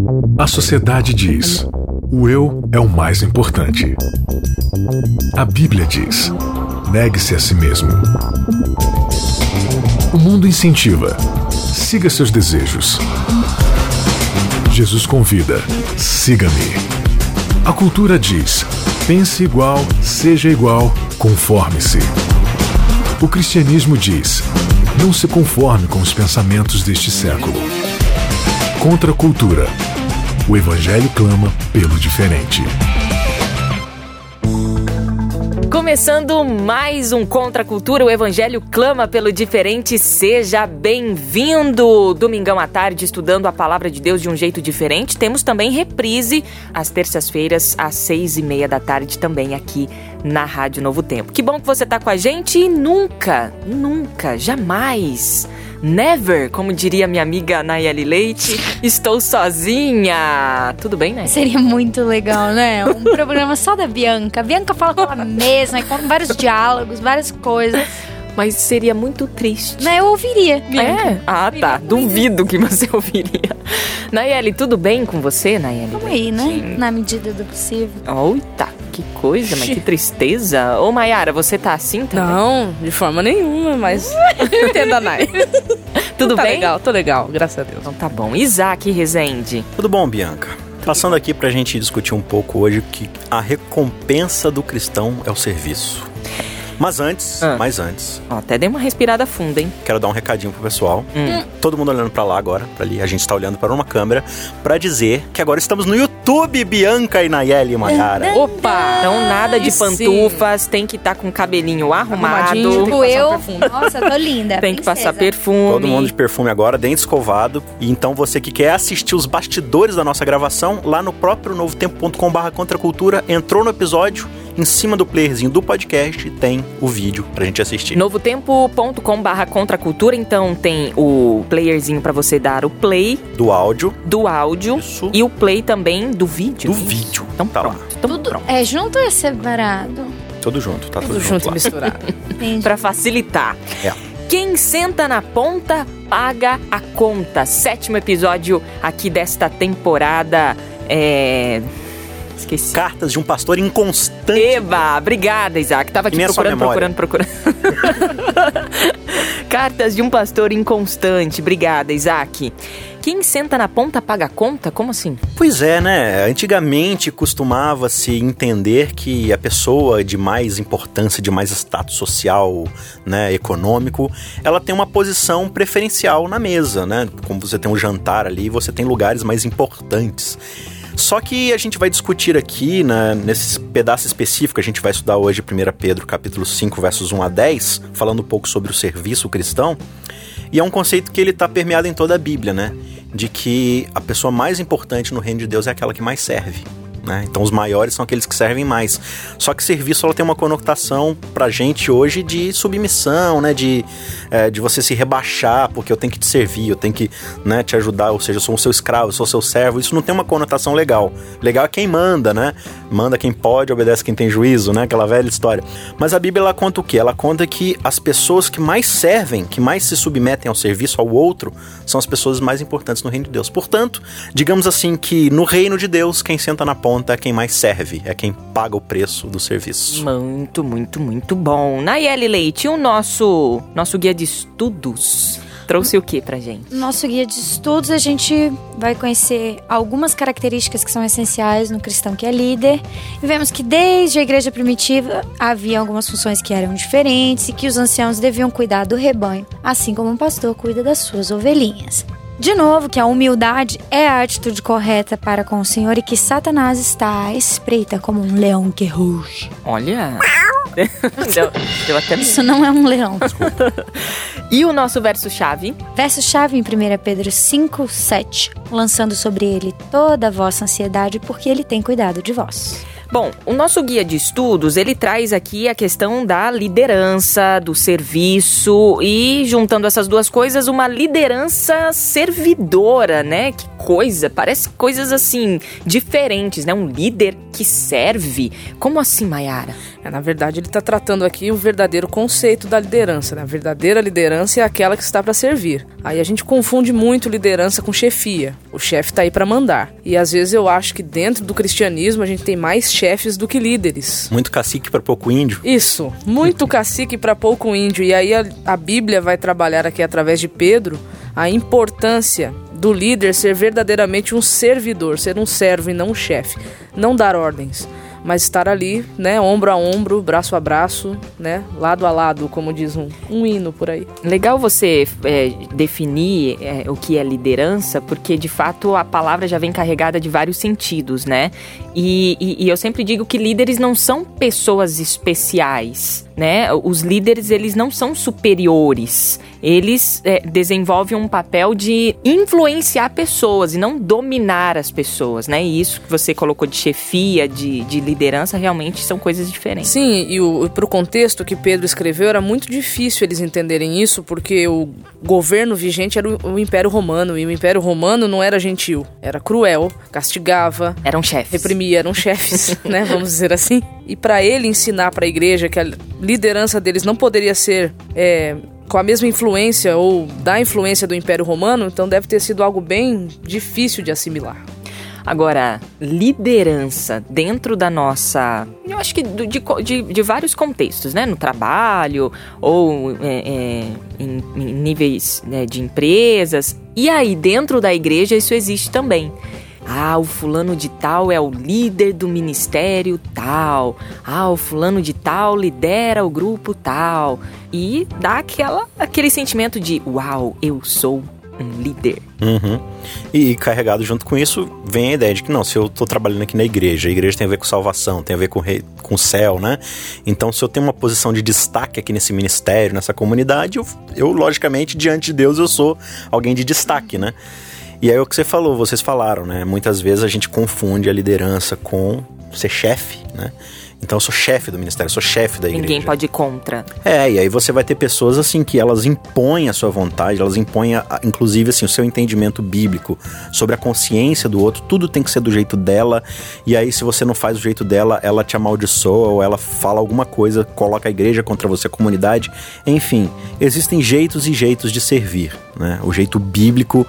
A sociedade diz: o eu é o mais importante. A Bíblia diz: negue-se a si mesmo. O mundo incentiva: siga seus desejos. Jesus convida: siga-me. A cultura diz: pense igual, seja igual, conforme-se. O cristianismo diz: não se conforme com os pensamentos deste século. Contra a cultura, o Evangelho clama pelo diferente. Começando mais um Contra a Cultura, o Evangelho clama pelo diferente. Seja bem-vindo! Domingão à tarde, estudando a Palavra de Deus de um jeito diferente. Temos também reprise às terças-feiras, às 6:30 da tarde, também aqui na Rádio Novo Tempo. Que bom que você está com a gente e nunca, jamais, never, como diria minha amiga Nayeli Leite, estou sozinha. Tudo bem, né? Seria muito legal, né? Um programa só da Bianca. A Bianca fala com ela mesma, com vários diálogos, várias coisas. Mas seria muito triste. Né, eu ouviria, Bianca. É? Ah, tá. Duvido que você ouviria. Nayeli, tudo bem com você, Nayeli? Vamos aí, né? Na medida do possível. Eita, que coisa, mas que tristeza. Ô, Mayara, você tá assim também? Não, de forma nenhuma, mas entendo a Nay. Tudo tá bem? Legal, tô legal, graças a Deus. Então tá bom. Isaac Rezende. Tudo bom, Bianca? Passando aqui pra gente discutir um pouco hoje que a recompensa do cristão é o serviço. Mas antes, Ó, até dei uma respirada funda, hein? quero dar um recadinho pro pessoal. Todo mundo olhando pra lá agora, pra ali. A gente tá olhando para uma câmera pra dizer que agora estamos no YouTube, Bianca e Nayeli e Mayara. Opa! Então nada de Sim. pantufas, tem que estar com o cabelinho arrumado. Tipo eu. Nossa, tô linda. Tem que passar princesa. perfume. Todo mundo de perfume agora, dente escovado. E então você que quer assistir os bastidores da nossa gravação, lá no próprio novotempo.com/contracultura, entrou no episódio, em cima do playerzinho do podcast tem o vídeo pra gente assistir. novotempo.com/contracultura, então tem o playerzinho pra você dar o play Do áudio. Isso. E o play também do vídeo. Do vídeo. Então Tá lá. pronto. Então Tudo pronto. é junto ou é separado? Tudo junto, tá tudo Tudo junto lá. e misturado. Entendi. Pra facilitar. É. Quem senta na ponta, paga a conta. 7º episódio aqui desta temporada. Esqueci. Cartas de um pastor inconstante. Eba! Obrigada, Isaac. Tava aqui Nem a sua procurando. Cartas de um pastor inconstante. Obrigada, Isaac. Quem senta na ponta paga a conta? Como assim? Pois é, né? Antigamente costumava-se entender que a pessoa de mais importância, de mais status social, né, econômico, ela tem uma posição preferencial na mesa, né? Como você tem um jantar ali, você tem lugares mais importantes. Só que a gente vai discutir aqui, né, nesse pedaço específico, a gente vai estudar hoje 1 Pedro, capítulo 5, versos 1 a 10, falando um pouco sobre o serviço cristão, e é um conceito que ele está permeado em toda a Bíblia, né, de que a pessoa mais importante no reino de Deus é aquela que mais serve. Né? Então os maiores são aqueles que servem mais. Só que serviço ela tem uma conotação pra gente hoje de submissão, né? De você se rebaixar, porque eu tenho que te servir, eu tenho que, né, te ajudar, ou seja, eu sou o seu escravo, eu sou o seu servo. Isso não tem uma conotação legal. Legal é quem manda, né? Manda quem pode, obedece quem tem juízo, né? Aquela velha história. Mas a Bíblia ela conta o quê? Ela conta que as pessoas que mais servem, que mais se submetem ao serviço ao outro, são as pessoas mais importantes no reino de Deus. Portanto, digamos assim que no reino de Deus, quem senta na ponta é quem mais serve, é quem paga o preço do serviço. Muito, muito, muito bom. Nayeli Leite, o nosso guia de estudos trouxe o que pra gente? No nosso guia de estudos, a gente vai conhecer algumas características que são essenciais no cristão que é líder. E vemos que desde a igreja primitiva havia algumas funções que eram diferentes e que os anciãos deviam cuidar do rebanho, assim como um pastor cuida das suas ovelhinhas. De novo, que a humildade é a atitude correta para com o Senhor e que Satanás está à espreita como um leão que ruge. Olha... deu até... Isso não é um leão. E o nosso verso-chave? Verso-chave em 1 Pedro 5, 7. Lançando sobre ele toda a vossa ansiedade, porque ele tem cuidado de vós. Bom, o nosso guia de estudos, ele traz aqui a questão da liderança, do serviço e, juntando essas duas coisas, uma liderança servidora, né? Que coisa, parece coisas assim, diferentes, né? Um líder que serve. Como assim, Mayara? Na verdade, ele está tratando aqui o verdadeiro conceito da liderança, né? A verdadeira liderança é aquela que está para servir. Aí a gente confunde muito liderança com chefia. O chefe está aí para mandar. E às vezes eu acho que dentro do cristianismo a gente tem mais chefes do que líderes. Muito cacique para pouco índio. Isso, muito cacique para pouco índio. E aí a Bíblia vai trabalhar aqui através de Pedro a importância do líder ser verdadeiramente um servidor, ser um servo e não um chefe. Não dar ordens, mas estar ali, né, ombro a ombro, braço a braço, né, lado a lado, como diz um hino por aí. Legal você definir o que é liderança, porque de fato a palavra já vem carregada de vários sentidos, né? E eu sempre digo que líderes não são pessoas especiais, né? Os líderes, eles não são superiores. Eles desenvolvem um papel de influenciar pessoas e não dominar as pessoas, né? E isso que você colocou de chefia, de liderança, realmente são coisas diferentes. Sim, e pro contexto que Pedro escreveu, era muito difícil eles entenderem isso, porque o governo vigente era o Império Romano, e o Império Romano não era gentil, era cruel, castigava, eram chefes, reprimia, eram chefes, né? Vamos dizer assim. E para ele ensinar para a igreja que a liderança deles não poderia ser com a mesma influência ou da influência do Império Romano, então deve ter sido algo bem difícil de assimilar. Agora, liderança dentro da nossa... Eu acho que de vários contextos, né? No trabalho ou em níveis, né, de empresas. E aí, dentro da igreja, isso existe também. Ah, o fulano de tal é o líder do ministério tal. Ah, o fulano de tal lidera o grupo tal. E dá aquele sentimento de, uau, eu sou um líder. Uhum. E carregado junto com isso vem a ideia de que não, se eu tô trabalhando aqui na igreja, a igreja tem a ver com salvação, tem a ver com o céu, né? Então, se eu tenho uma posição de destaque aqui nesse ministério, nessa comunidade, eu logicamente, diante de Deus, eu sou alguém de destaque, né? E aí o que você falou, vocês falaram, né? Muitas vezes a gente confunde a liderança com ser chefe, né? Então eu sou chefe do ministério, eu sou chefe da igreja. Ninguém pode ir contra. E aí você vai ter pessoas assim que elas impõem a sua vontade, elas impõem inclusive assim, o seu entendimento bíblico sobre a consciência do outro, tudo tem que ser do jeito dela, e aí se você não faz do jeito dela, ela te amaldiçoa ou ela fala alguma coisa, coloca a igreja contra você, a comunidade, enfim, existem jeitos e jeitos de servir, né? O jeito bíblico,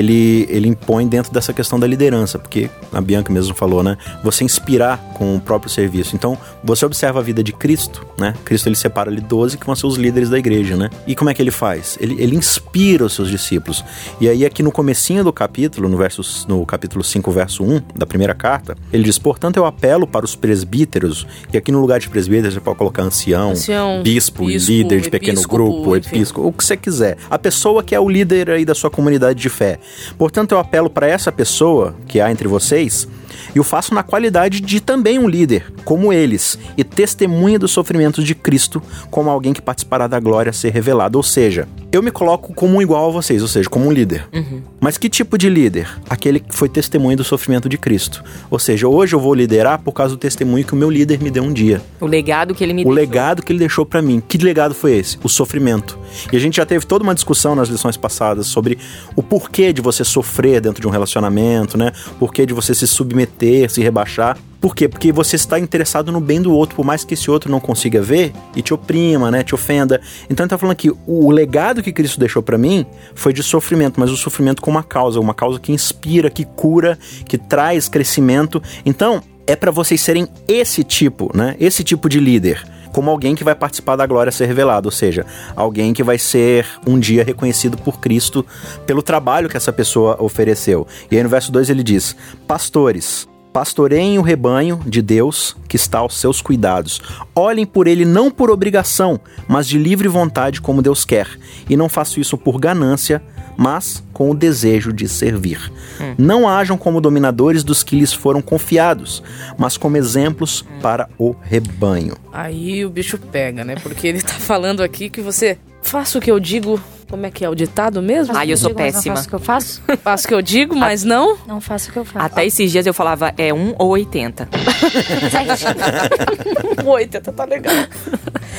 ele impõe dentro dessa questão da liderança, porque a Bianca mesmo falou, né? Você inspirar com o próprio serviço. Então, você observa a vida de Cristo, né? Cristo, ele separa ali 12 que vão ser os líderes da igreja, né? E como é que ele faz? Ele inspira os seus discípulos. E aí aqui no comecinho do capítulo, no capítulo 5, verso 1 da primeira carta, ele diz, portanto eu apelo para os presbíteros, e aqui no lugar de presbítero você pode colocar ancião, bispo, líder de pequeno grupo, episcopo, o que você quiser. A pessoa que é o líder aí da sua comunidade de fé. Portanto eu apelo para essa pessoa que há entre vocês, e o faço na qualidade de também um líder, como eles, e testemunha dos sofrimentos de Cristo, como alguém que participará da glória a ser revelada. Ou seja, eu me coloco como um igual a vocês, ou seja, como um líder. Uhum. Mas que tipo de líder? Aquele que foi testemunha do sofrimento de Cristo. Ou seja, hoje eu vou liderar por causa do testemunho que o meu líder me deu um dia. O legado que ele me deixou. O legado que ele deixou pra mim. Que legado foi esse? O sofrimento. E a gente já teve toda uma discussão nas lições passadas sobre o porquê de você sofrer dentro de um relacionamento, né? Porquê de você se submeter, se rebaixar. Por quê? Porque você está interessado no bem do outro, por mais que esse outro não consiga ver e te oprima, né? Te ofenda. Então ele tá falando que o legado que Cristo deixou pra mim foi de sofrimento, mas o sofrimento com uma causa que inspira, que cura, que traz crescimento. Então, é pra vocês serem esse tipo, né? Esse tipo de líder. Como alguém que vai participar da glória a ser revelada, ou seja, alguém que vai ser um dia reconhecido por Cristo pelo trabalho que essa pessoa ofereceu. E aí no verso 2 ele diz, pastores, pastoreiem o rebanho de Deus que está aos seus cuidados. Olhem por ele não por obrigação, mas de livre vontade como Deus quer. E não façam isso por ganância, mas com o desejo de servir. Não hajam como dominadores dos que lhes foram confiados, mas como exemplos para o rebanho. Aí o bicho pega, né? Porque ele tá falando aqui que você faça o que eu digo. Como é que é o ditado mesmo? Eu sou péssima. Não faço o que eu faço? Faço o que eu digo, mas não? Não faço o que eu faço. Até esses dias eu falava, 1 ou 80. 80, tá legal.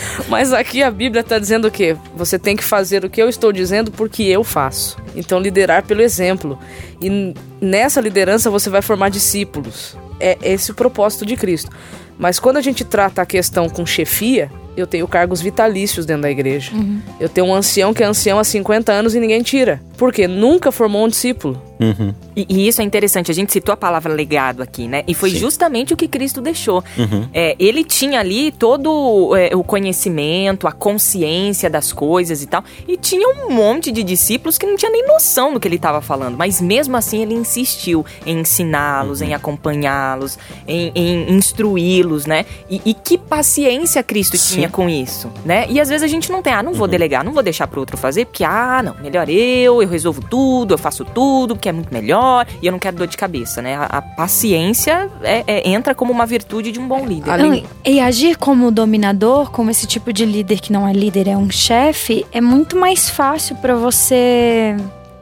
Mas aqui a Bíblia está dizendo o quê? Você tem que fazer o que eu estou dizendo porque eu faço. Então, liderar pelo exemplo. E nessa liderança você vai formar discípulos. É esse o propósito de Cristo. Mas quando a gente trata a questão com chefia, eu tenho cargos vitalícios dentro da igreja. Eu tenho um ancião que é ancião há 50 anos e ninguém tira. Por quê? Nunca formou um discípulo. E isso é interessante, a gente citou a palavra legado aqui, né? E foi justamente o que Cristo deixou. Ele tinha ali todo o conhecimento, a consciência das coisas e tal. E tinha um monte de discípulos que não tinha nem noção do que ele estava falando. Mas mesmo assim ele insistiu em ensiná-los, em acompanhá-los, em instruí-los, né? E que paciência Cristo tinha com isso, né? E às vezes a gente não tem, não vou delegar, não vou deixar pro outro fazer, porque, não, melhor eu resolvo tudo, eu faço tudo, porque é muito melhor, e eu não quero dor de cabeça, né? A paciência entra como uma virtude de um bom líder. E agir como dominador, como esse tipo de líder que não é líder, é um chefe, é muito mais fácil pra você...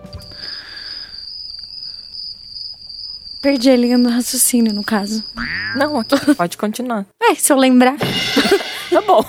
Perdi a linha do raciocínio, no caso. Não, aqui, pode continuar. Se eu lembrar. Tá bom.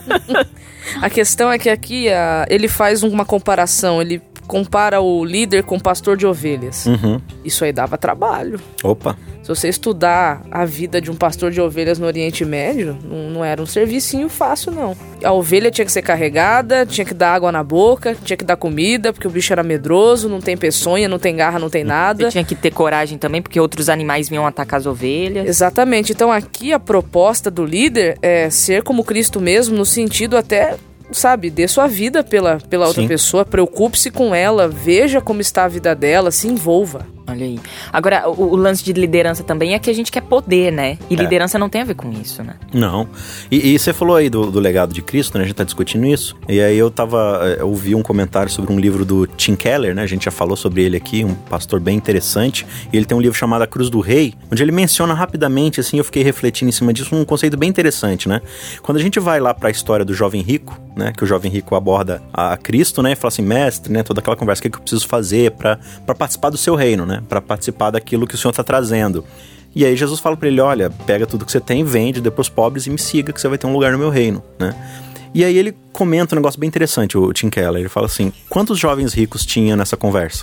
A questão é que aqui ele faz uma comparação, ele compara o líder com o pastor de ovelhas. Isso aí dava trabalho. Opa! Se você estudar a vida de um pastor de ovelhas no Oriente Médio, não era um servicinho fácil, não. A ovelha tinha que ser carregada, tinha que dar água na boca, tinha que dar comida, porque o bicho era medroso, não tem peçonha, não tem garra, não tem nada. Você tinha que ter coragem também, porque outros animais vinham atacar as ovelhas. Exatamente. Então aqui a proposta do líder é ser como Cristo mesmo, no sentido até... Sabe, dê sua vida pela outra pessoa, preocupe-se com ela, veja como está a vida dela, se envolva. Olha aí. Agora, o lance de liderança também é que a gente quer poder, né? E liderança não tem a ver com isso, né? Não. E você falou aí do legado de Cristo, né? A gente tá discutindo isso. E aí eu ouvi um comentário sobre um livro do Tim Keller, né? A gente já falou sobre ele aqui, um pastor bem interessante. E ele tem um livro chamado A Cruz do Rei, onde ele menciona rapidamente, assim, eu fiquei refletindo em cima disso, um conceito bem interessante, né? Quando a gente vai lá pra história do jovem rico, né? Que o jovem rico aborda a Cristo, né? E fala assim, mestre, né? Toda aquela conversa, o que eu preciso fazer pra participar do seu reino, né? Para participar daquilo que o Senhor está trazendo. E aí Jesus fala para ele, olha, pega tudo que você tem, vende, dê pros pobres e me siga, que você vai ter um lugar no meu reino, né? E aí ele comenta um negócio bem interessante, o Tim Keller, ele fala assim, quantos jovens ricos tinha nessa conversa?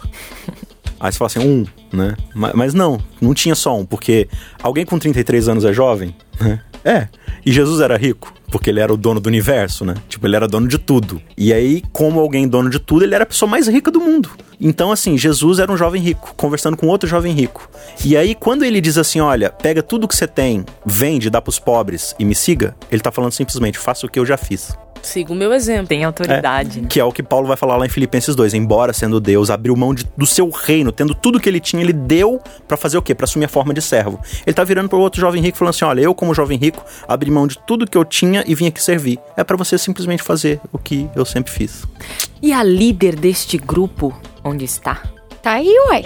Aí você fala assim, né? Mas não tinha só um, porque alguém com 33 anos é jovem, né? E Jesus era rico, porque ele era o dono do universo, né? Tipo, ele era dono de tudo. E aí, como alguém dono de tudo, ele era a pessoa mais rica do mundo. Então, assim, Jesus era um jovem rico, conversando com outro jovem rico. E aí, quando ele diz assim, olha, pega tudo que você tem, vende, dá pros pobres e me siga, ele tá falando simplesmente, faça o que eu já fiz. Siga o meu exemplo. Tem autoridade, né? Que é o que Paulo vai falar lá em Filipenses 2. Embora sendo Deus, abriu mão do seu reino, tendo tudo que ele tinha, ele deu pra fazer o quê? Pra assumir a forma de servo. Ele tá virando pro outro jovem rico falando assim, olha, eu como jovem rico, abri mão de tudo que eu tinha e vim aqui servir. É pra você simplesmente fazer o que eu sempre fiz. E a líder deste grupo, onde está? Tá aí, ué.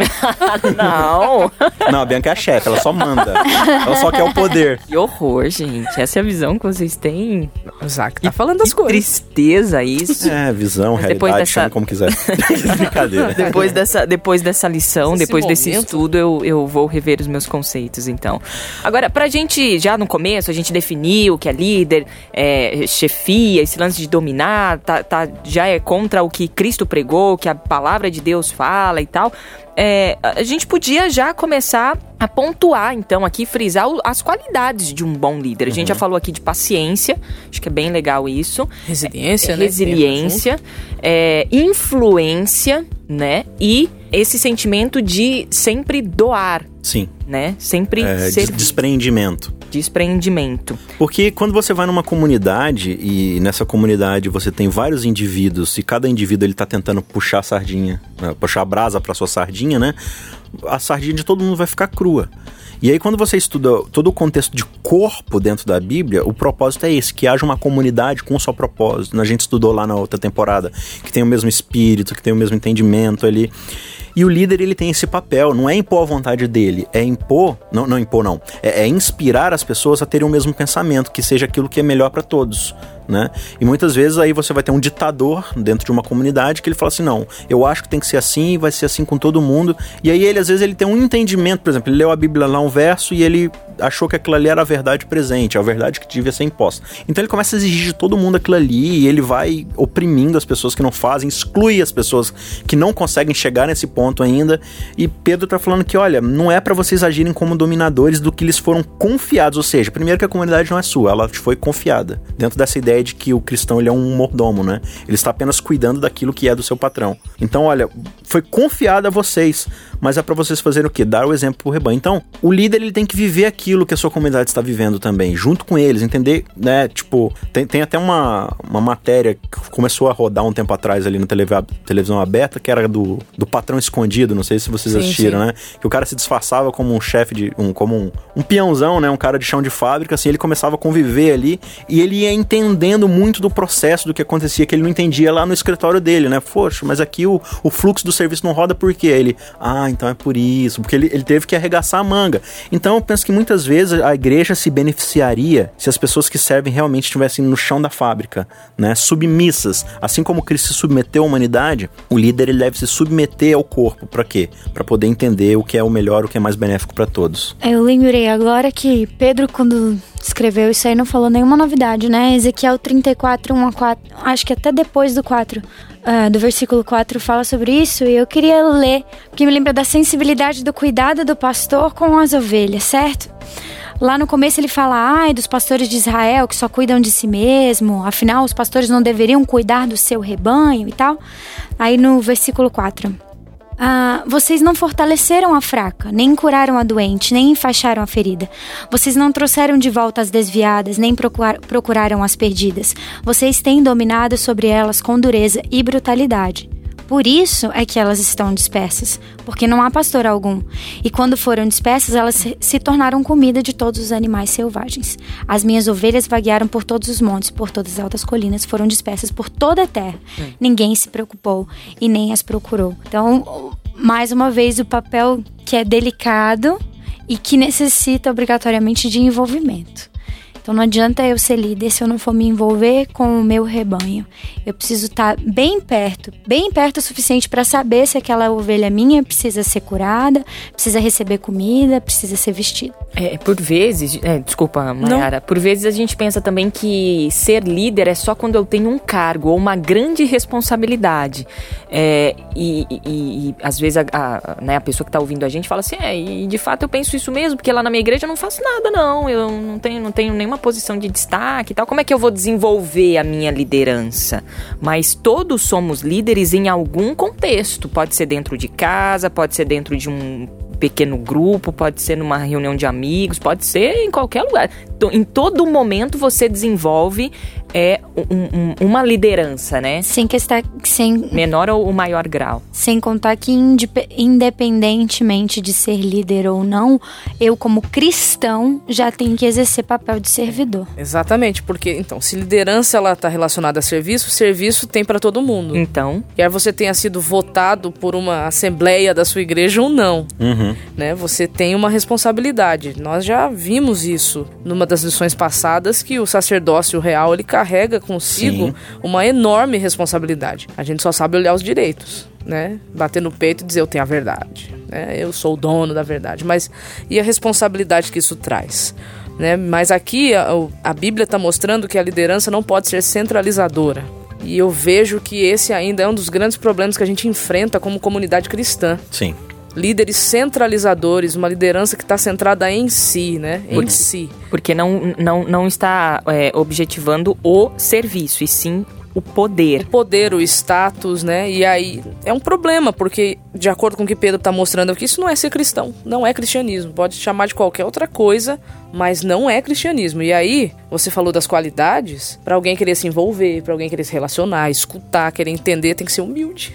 Não. Não, a Bianca é a chefe, ela só manda. Ela só quer o poder. Que horror, gente. Essa é a visão que vocês têm. O Zac tá falando das coisas. Tristeza isso. Visão, mas realidade, chama como quiser. Brincadeira. Depois dessa lição, depois desse momento. estudo, eu vou rever os meus conceitos, então. Agora, pra gente, já no começo, a gente definiu que é líder, chefia, esse lance de dominar, já é contra o que Cristo pregou, que a palavra de Deus fala e tal. A gente podia já começar a pontuar, então, aqui, frisar as qualidades de um bom líder. A gente já falou aqui de paciência, acho que é bem legal isso. Resiliência, né? Resiliência, influência, né? E esse sentimento de sempre doar. Sim. Né? Sempre ser... Despreendimento. Porque quando você vai numa comunidade e nessa comunidade você tem vários indivíduos e cada indivíduo ele tá tentando puxar a sardinha, puxar a brasa pra sua sardinha, né? A sardinha de todo mundo vai ficar crua. E aí quando você estuda todo o contexto de corpo dentro da Bíblia, o propósito é esse, que haja uma comunidade com um só propósito. A gente estudou lá na outra temporada, que tem o mesmo espírito, que tem o mesmo entendimento ali. E o líder, ele tem esse papel, não é impor a vontade dele, é impor, é inspirar as pessoas a terem o mesmo pensamento, que seja aquilo que é melhor para todos, né? E muitas vezes aí você vai ter um ditador dentro de uma comunidade que ele fala assim, não, eu acho que tem que ser assim, vai ser assim com todo mundo. E aí ele, às vezes, ele tem um entendimento, por exemplo, ele leu a Bíblia lá um verso e ele achou que aquilo ali era a verdade presente, a verdade que devia ser imposta. Então ele começa a exigir de todo mundo aquilo ali e ele vai oprimindo as pessoas que não fazem, exclui as pessoas que não conseguem chegar nesse ponto ainda. E Pedro tá falando que, olha, não é para vocês agirem como dominadores do que lhes foram confiados, ou seja, primeiro que a comunidade não é sua, ela te foi confiada. Dentro dessa ideia de que o cristão, ele é um mordomo, né? Ele está apenas cuidando daquilo que é do seu patrão. Então, olha, foi confiado a vocês, mas é para vocês fazerem o quê? Dar o exemplo pro rebanho. Então, o líder, ele tem que viver aquilo que a sua comunidade está vivendo também, junto com eles, entender, né? Tipo, tem até uma matéria que começou a rodar um tempo atrás ali na televisão aberta, que era do patrão escondido, não sei se vocês assistiram, né? Que o cara se disfarçava como um chefe como um peãozão, né? Um cara de chão de fábrica, assim, ele começava a conviver ali e ele ia entendendo muito do processo, do que acontecia, que ele não entendia lá no escritório dele, né? Poxa, mas aqui o fluxo do serviço não roda por quê? Ele, então é por isso, porque ele teve que arregaçar a manga. Então eu penso que muitas vezes a igreja se beneficiaria se as pessoas que servem realmente estivessem no chão da fábrica, né? Submissas. Assim como Cristo se submeteu à humanidade, o líder, ele deve se submeter ao corpo. Pra quê? Pra poder entender o que é o melhor, o que é mais benéfico pra todos. Eu lembrei agora que Pedro, quando escreveu isso aí, não falou nenhuma novidade, né? Ezequiel 34, 1 a 4, acho que até depois do 4, do versículo 4 fala sobre isso, e eu queria ler, porque me lembra da sensibilidade do cuidado do pastor com as ovelhas, certo? Lá no começo ele fala, dos pastores de Israel que só cuidam de si mesmo, afinal os pastores não deveriam cuidar do seu rebanho e tal. Aí no versículo 4, vocês não fortaleceram a fraca, nem curaram a doente, nem enfaixaram a ferida. Vocês não trouxeram de volta as desviadas, nem procuraram as perdidas. Vocês têm dominado sobre elas com dureza e brutalidade. Por isso é que elas estão dispersas, porque não há pastor algum. E quando foram dispersas, elas se tornaram comida de todos os animais selvagens. As minhas ovelhas vaguearam por todos os montes, por todas as altas colinas, foram dispersas por toda a terra. Ninguém se preocupou e nem as procurou. Então, mais uma vez, o papel que é delicado e que necessita obrigatoriamente de envolvimento. Então não adianta eu ser líder se eu não for me envolver com o meu rebanho. Eu preciso estar bem perto o suficiente para saber se aquela ovelha minha precisa ser curada, precisa receber comida, precisa ser vestida. Por vezes, desculpa, Mayara, por vezes a gente pensa também que ser líder é só quando eu tenho um cargo ou uma grande responsabilidade. E às vezes a pessoa que está ouvindo a gente fala assim, e de fato eu penso isso mesmo, porque lá na minha igreja eu não faço nada não, eu não tenho nenhuma posição de destaque e tal, como é que eu vou desenvolver a minha liderança? Mas todos somos líderes em algum contexto, pode ser dentro de casa, pode ser dentro de um pequeno grupo, pode ser numa reunião de amigos, pode ser em qualquer lugar. Em todo momento você desenvolve uma liderança, né? Sem menor ou maior grau. Sem contar que independentemente de ser líder ou não, eu como cristão já tenho que exercer papel de servidor. Exatamente, porque então, se liderança ela está relacionada a serviço, serviço tem para todo mundo. Então, quer você tenha sido votado por uma assembleia da sua igreja ou não, né? Você tem uma responsabilidade. Nós já vimos isso numa das lições passadas, que o sacerdócio real, ele carrega consigo uma enorme responsabilidade. A gente só sabe olhar os direitos, né? Bater no peito e dizer eu tenho a verdade, né? Eu sou o dono da verdade. Mas e a responsabilidade que isso traz, né? Mas aqui a Bíblia está mostrando que a liderança não pode ser centralizadora. E eu vejo que esse ainda é um dos grandes problemas que a gente enfrenta como comunidade cristã. Sim. Líderes centralizadores, uma liderança que está centrada em si, né? Porque não está objetivando o serviço, e sim o poder. O poder, o status, né? E aí é um problema, porque de acordo com o que Pedro está mostrando aqui, isso não é ser cristão, não é cristianismo. Pode chamar de qualquer outra coisa, mas não é cristianismo. E aí, você falou das qualidades, para alguém querer se envolver, para alguém querer se relacionar, escutar, querer entender, tem que ser humilde.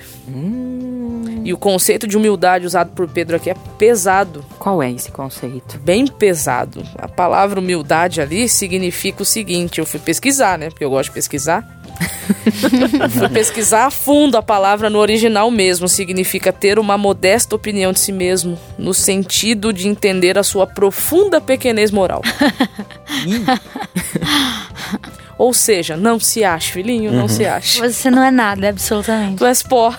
E o conceito de humildade usado por Pedro aqui é pesado. Qual é esse conceito? Bem pesado. A palavra humildade ali significa o seguinte, eu fui pesquisar, né? Porque eu gosto de pesquisar. Fui pesquisar a fundo a palavra no original mesmo. Significa ter uma modesta opinião de si mesmo, no sentido de entender a sua profunda pequenez moral. Ou seja, não se ache, filhinho, não se ache. Você não é nada, absolutamente. Tu és pó.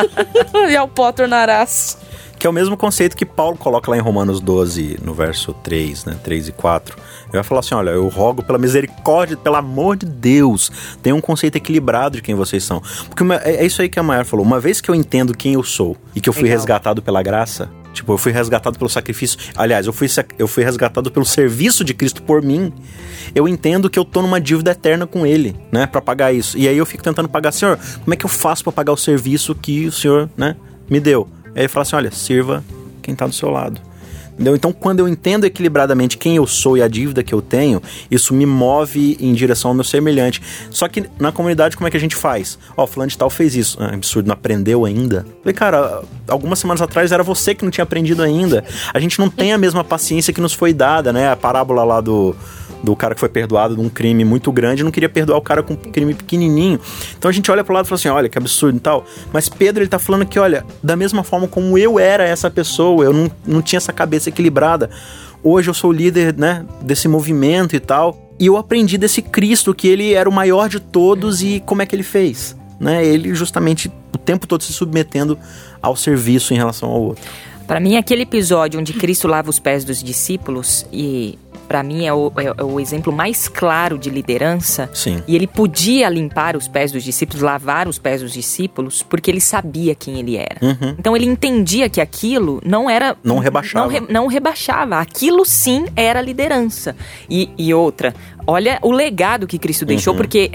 E ao pó tornarás. Que é o mesmo conceito que Paulo coloca lá em Romanos 12, no verso 3, né? 3 e 4. Ele vai falar assim, olha, eu rogo pela misericórdia, pelo amor de Deus, tenha um conceito equilibrado de quem vocês são. Porque é isso aí que a Mayara falou. Uma vez que eu entendo quem eu sou e que eu fui resgatado pela graça, tipo, eu fui resgatado pelo sacrifício, aliás, eu fui resgatado pelo serviço de Cristo por mim, eu entendo que eu tô numa dívida eterna com Ele, né? Pra pagar isso. E aí eu fico tentando pagar, Senhor, como é que eu faço pra pagar o serviço que o Senhor, né, me deu? Aí ele fala assim, olha, sirva quem tá do seu lado. Entendeu? Então, quando eu entendo equilibradamente quem eu sou e a dívida que eu tenho, isso me move em direção ao meu semelhante. Só que na comunidade, como é que a gente faz? Ó, fulano de tal fez isso. Ah, absurdo, não aprendeu ainda? Falei, cara, algumas semanas atrás era você que não tinha aprendido ainda. A gente não tem a mesma paciência que nos foi dada, né? A parábola lá do cara que foi perdoado de um crime muito grande, não queria perdoar o cara com um crime pequenininho. Então a gente olha pro lado e fala assim, olha, que absurdo e tal. Mas Pedro, ele tá falando que, olha, da mesma forma como eu era essa pessoa, eu não tinha essa cabeça equilibrada. Hoje eu sou líder, né, desse movimento e tal. E eu aprendi desse Cristo, que ele era o maior de todos e como é que ele fez, né? Ele justamente o tempo todo se submetendo ao serviço em relação ao outro. Para mim, aquele episódio onde Cristo lava os pés dos discípulos e... Para mim é o exemplo mais claro de liderança. Sim. E ele podia limpar os pés dos discípulos, lavar os pés dos discípulos, porque ele sabia quem ele era. Então ele entendia que aquilo não era... Não rebaixava. Não rebaixava. Aquilo sim era liderança. E outra... Olha o legado que Cristo deixou, porque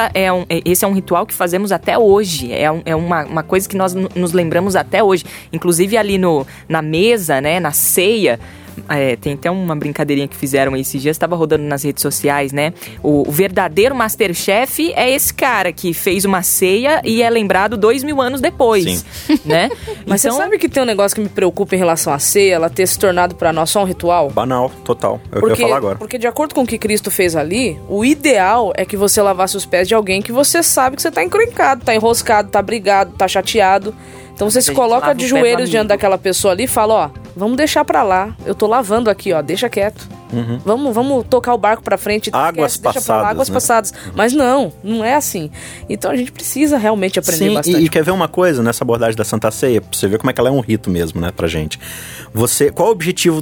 esse é um ritual que fazemos até hoje. É uma coisa que nós nos lembramos até hoje. Inclusive ali na mesa, né, na ceia... tem até uma brincadeirinha que fizeram esses dias, estava rodando nas redes sociais, né? O verdadeiro Masterchef é esse cara que fez uma ceia e é lembrado 2000 anos depois, né? Mas então... você sabe que tem um negócio que me preocupa em relação à ceia, ela ter se tornado para nós só um ritual? Banal, total. É o que eu ia falar agora. Porque de acordo com o que Cristo fez ali, o ideal é que você lavasse os pés de alguém que você sabe que você tá encrencado, tá enroscado, tá brigado, tá chateado. Então você se coloca de joelhos diante daquela pessoa ali e fala, ó, vamos deixar pra lá. Eu tô lavando aqui, ó, deixa quieto. Vamos tocar o barco pra frente. Águas passadas, águas passadas. Mas não é assim. Então a gente precisa realmente aprender bastante. E quer ver uma coisa nessa abordagem da Santa Ceia? Pra você ver como é que ela é um rito mesmo, né, pra gente. Qual é o objetivo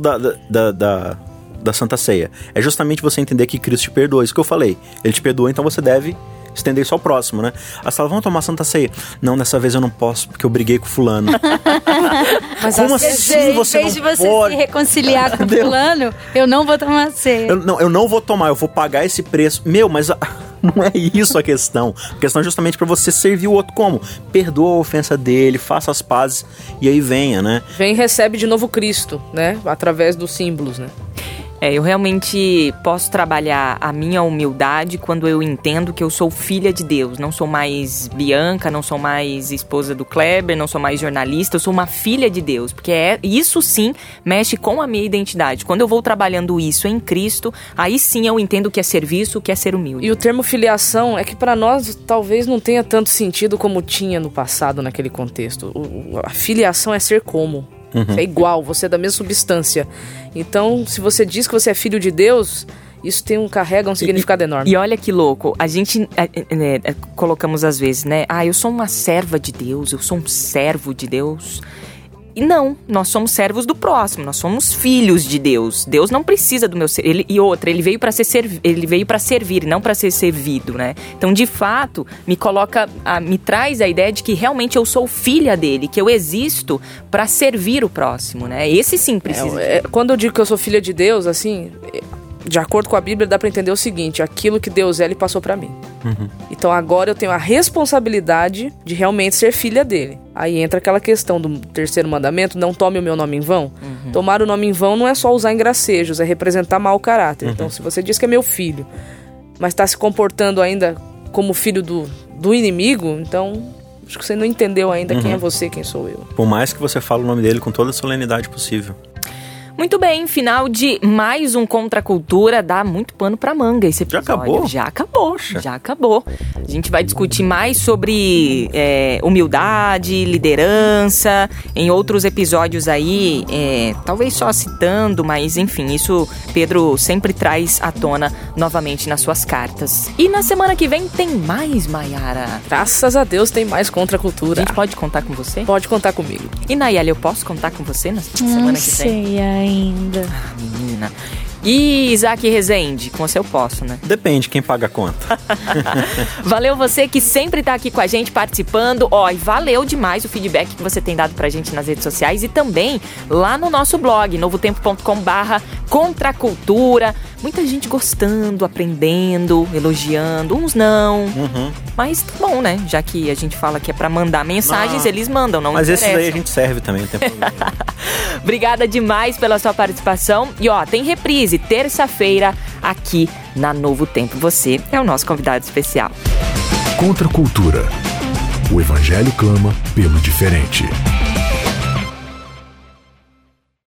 da Santa Ceia? É justamente você entender que Cristo te perdoa. Isso que eu falei. Ele te perdoa, então você deve... estender isso ao próximo, né? Aí você fala, vamos tomar Santa Ceia. Não, dessa vez eu não posso, porque eu briguei com fulano. Mas como assim você não pode? Em vez de você se reconciliar com fulano, eu não vou tomar ceia. Eu não vou tomar, eu vou pagar esse preço. Meu, mas não é isso a questão. A questão é justamente para você servir o outro como? Perdoa a ofensa dele, faça as pazes e aí venha, né? Vem e recebe de novo Cristo, né? Através dos símbolos, né? Eu realmente posso trabalhar a minha humildade quando eu entendo que eu sou filha de Deus. Não sou mais Bianca, não sou mais esposa do Kleber, não sou mais jornalista. Eu sou uma filha de Deus, porque isso sim mexe com a minha identidade. Quando eu vou trabalhando isso em Cristo, aí sim eu entendo o que é serviço, o que é ser humilde. E o termo filiação é que para nós talvez não tenha tanto sentido como tinha no passado naquele contexto. A filiação é ser como. É igual, você é da mesma substância. Então, se você diz que você é filho de Deus, isso carrega um significado enorme. E olha que louco, a gente colocamos às vezes, né? Eu sou uma serva de Deus, eu sou um servo de Deus. E não, nós somos servos do próximo, nós somos filhos de Deus. Deus não precisa do meu ser. Ele veio para servir e não para ser servido, né? Então, de fato, me traz a ideia de que realmente eu sou filha dele, que eu existo para servir o próximo, né? Esse sim precisa. Quando eu digo que eu sou filha de Deus, assim, de acordo com a Bíblia, dá para entender o seguinte: aquilo que Deus ele passou para mim. Então agora eu tenho a responsabilidade de realmente ser filha dele. Aí entra aquela questão do terceiro mandamento: não tome o meu nome em vão. Tomar o nome em vão não é só usar engracejos, é representar mau caráter. Então se você diz que é meu filho, mas está se comportando ainda como filho do inimigo, então acho que você não entendeu ainda quem é você, quem sou eu. Por mais que você fale o nome dele com toda a solenidade possível. Muito bem, final de mais um Contra a Cultura. Dá muito pano pra manga esse episódio. Já acabou? Já acabou, Poxa. já acabou. A gente vai discutir mais sobre humildade, liderança, em outros episódios aí, talvez só citando, mas enfim, isso Pedro sempre traz à tona novamente nas suas cartas. E na semana que vem tem mais, Maiara. Graças a Deus tem mais Contra a A Cultura. gente pode contar com você? Pode contar comigo. E Nayeli, eu posso contar com você na semana Não que vem? sei ainda. Ah, menina. E Isaac Rezende, com você eu posso, né? Depende quem paga a conta. Valeu você que sempre tá aqui com a gente participando. E valeu demais o feedback que você tem dado pra gente nas redes sociais e também lá no nosso blog, novotempo.com/contracultura. Muita gente gostando, aprendendo, elogiando, uns não. Mas tá bom, né? Já que a gente fala que é pra mandar mensagens, eles mandam, não Mas interessa. esses aí a gente serve também, não tem problema. Obrigada demais pela sua participação. E tem reprise, terça-feira, aqui na Novo Tempo. Você é o nosso convidado especial. Contra a cultura. O Evangelho clama pelo diferente.